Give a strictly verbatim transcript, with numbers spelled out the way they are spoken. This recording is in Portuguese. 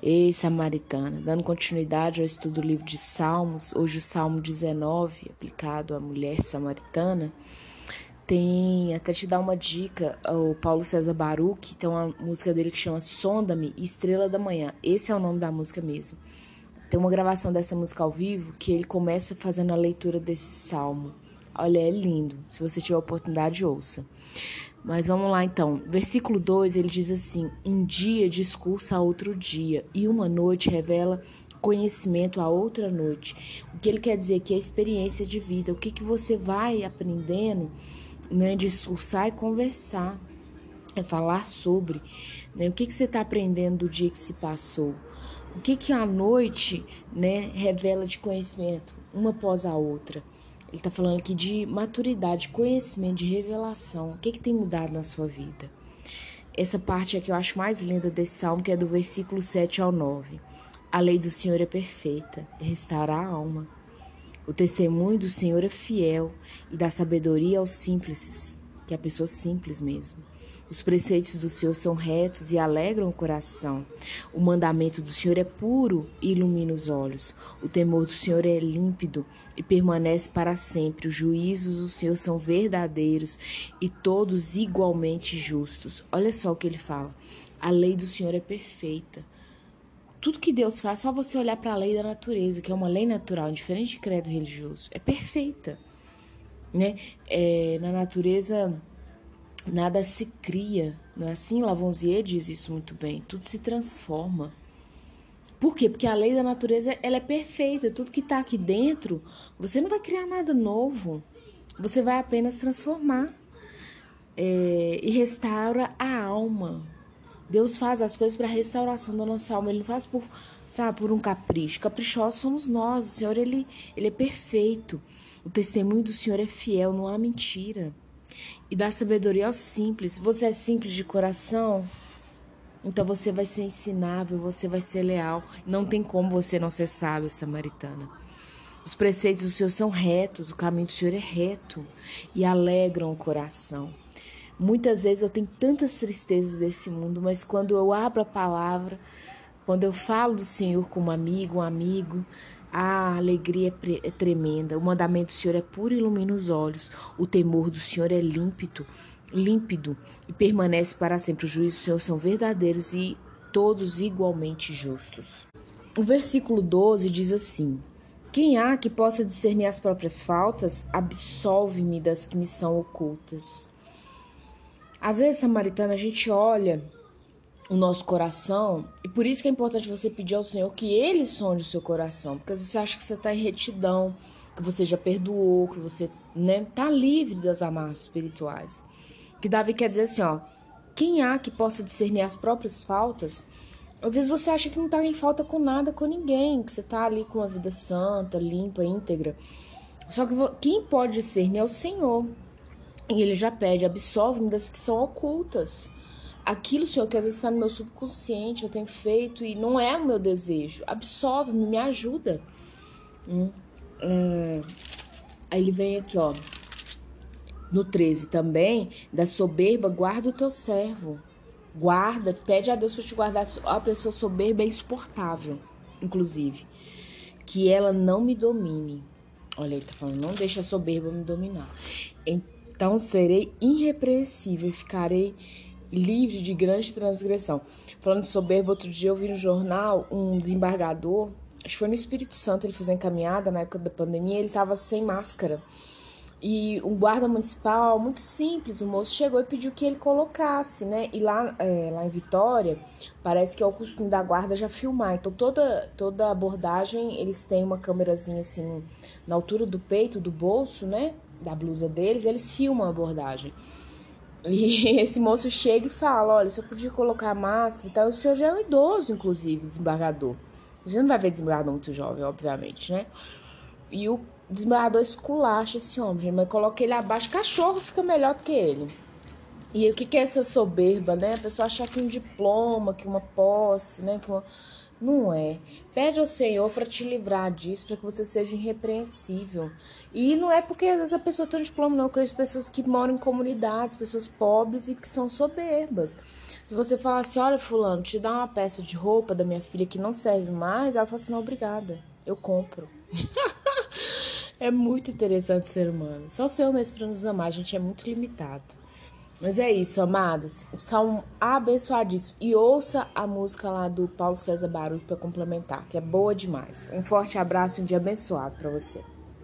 Ei, Samaritana, dando continuidade ao estudo do livro de Salmos, hoje o Salmo dezenove, aplicado à mulher samaritana, tem, até te dar uma dica, o Paulo César Baruch tem uma música dele que chama Sonda-me, Estrela da Manhã. Esse é o nome da música mesmo. Tem uma gravação dessa música ao vivo que ele começa fazendo a leitura desse salmo. Olha, é lindo. Se você tiver a oportunidade, ouça. Mas vamos lá então. Versículo dois, ele diz assim: um dia discursa a outro dia, e uma noite revela conhecimento a outra noite. O que ele quer dizer aqui é experiência de vida. O que, que você vai aprendendo, né? Discursar e conversar. É falar sobre, né? O que, que você está aprendendo do dia que se passou. O que, que a noite, né, revela de conhecimento, uma após a outra. Ele está falando aqui de maturidade, conhecimento, de revelação. O que, que tem mudado na sua vida? Essa parte é que eu acho mais linda desse salmo, que é do versículo sete ao nove. A lei do Senhor é perfeita, restaura a alma. O testemunho do Senhor é fiel e dá sabedoria aos simples, que é a pessoa simples mesmo. Os preceitos do Senhor são retos e alegram o coração. O mandamento do Senhor é puro e ilumina os olhos. O temor do Senhor é límpido e permanece para sempre. Os juízos do Senhor são verdadeiros e todos igualmente justos. Olha só o que ele fala. A lei do Senhor é perfeita. Tudo que Deus faz, só você olhar para a lei da natureza, que é uma lei natural, diferente de credo religioso, é perfeita. Né? É, na natureza, nada se cria, não é assim? Lavoisier diz isso muito bem, tudo se transforma. Por quê? Porque a lei da natureza, ela é perfeita, tudo que está aqui dentro, você não vai criar nada novo, você vai apenas transformar. É, e restaura a alma. Deus faz as coisas para a restauração da nossa alma. Ele não faz por, sabe, por um capricho. Caprichosos somos nós. O Senhor, ele, ele é perfeito. O testemunho do Senhor é fiel, não há mentira. E dá sabedoria aos simples. Você é simples de coração? Então você vai ser ensinável, você vai ser leal. Não tem como você não ser sábia, samaritana. Os preceitos do Senhor são retos, o caminho do Senhor é reto e alegram o coração. Muitas vezes eu tenho tantas tristezas desse mundo, mas quando eu abro a palavra, quando eu falo do Senhor como amigo, um amigo, a alegria é tremenda. O mandamento do Senhor é puro e ilumina os olhos. O temor do Senhor é límpido, límpido e permanece para sempre. Os juízos do Senhor são verdadeiros e todos igualmente justos. O versículo doze diz assim: quem há que possa discernir as próprias faltas, absolve-me das que me são ocultas. Às vezes, samaritana, a gente olha o nosso coração, e por isso que é importante você pedir ao Senhor que Ele sonde o seu coração, porque às vezes você acha que você está em retidão, que você já perdoou, que você, né, tá livre das amarras espirituais. Que Davi quer dizer assim, ó, quem há que possa discernir as próprias faltas? Às vezes você acha que não está em falta com nada, com ninguém, que você está ali com uma vida santa, limpa, íntegra. Só que quem pode discernir é o Senhor. E ele já pede, absolve-me das que são ocultas. Aquilo, Senhor, que às vezes está no meu subconsciente, eu tenho feito e não é o meu desejo. Absolve-me, me ajuda. Hum, é... Aí ele vem aqui, ó. No treze também, da soberba, guarda o teu servo. Guarda, pede a Deus para te guardar. A pessoa soberba é insuportável, inclusive. Que ela não me domine. Olha, ele tá falando, não deixa a soberba me dominar. Então serei irrepreensível e ficarei livre de grande transgressão. Falando de soberba, outro dia eu vi no jornal um desembargador, acho que foi no Espírito Santo, ele fazendo caminhada na época da pandemia, ele estava sem máscara. E um guarda municipal, muito simples, o moço chegou e pediu que ele colocasse, né? E lá, é, lá em Vitória, parece que é o costume da guarda já filmar. Então toda, toda abordagem, eles têm uma câmerazinha assim, na altura do peito, do bolso, né? Da blusa deles, eles filmam a abordagem. E esse moço chega e fala, olha, se eu podia colocar máscara e tal, o senhor já é um idoso, inclusive, desembargador. A gente não vai ver desembargador muito jovem, obviamente, né? E o desembargador esculacha esse homem, mas coloca ele abaixo, cachorro fica melhor do que ele. E o que, que é essa soberba, né? A pessoa achar que um diploma, que uma posse, né? Que uma... Não é. Pede ao Senhor para te livrar disso, para que você seja irrepreensível. E não é porque às vezes a pessoa tem um diploma, não. Eu conheço pessoas que moram em comunidades, pessoas pobres e que são soberbas. Se você falar assim, olha, fulano, te dá uma peça de roupa da minha filha que não serve mais, ela fala assim, não, obrigada, eu compro. É muito interessante o ser humano. Só o Senhor mesmo para nos amar, a gente é muito limitado. Mas é isso, amadas. O salmo abençoadíssimo. E ouça a música lá do Paulo César Baruch para complementar, que é boa demais. Um forte abraço e um dia abençoado para você.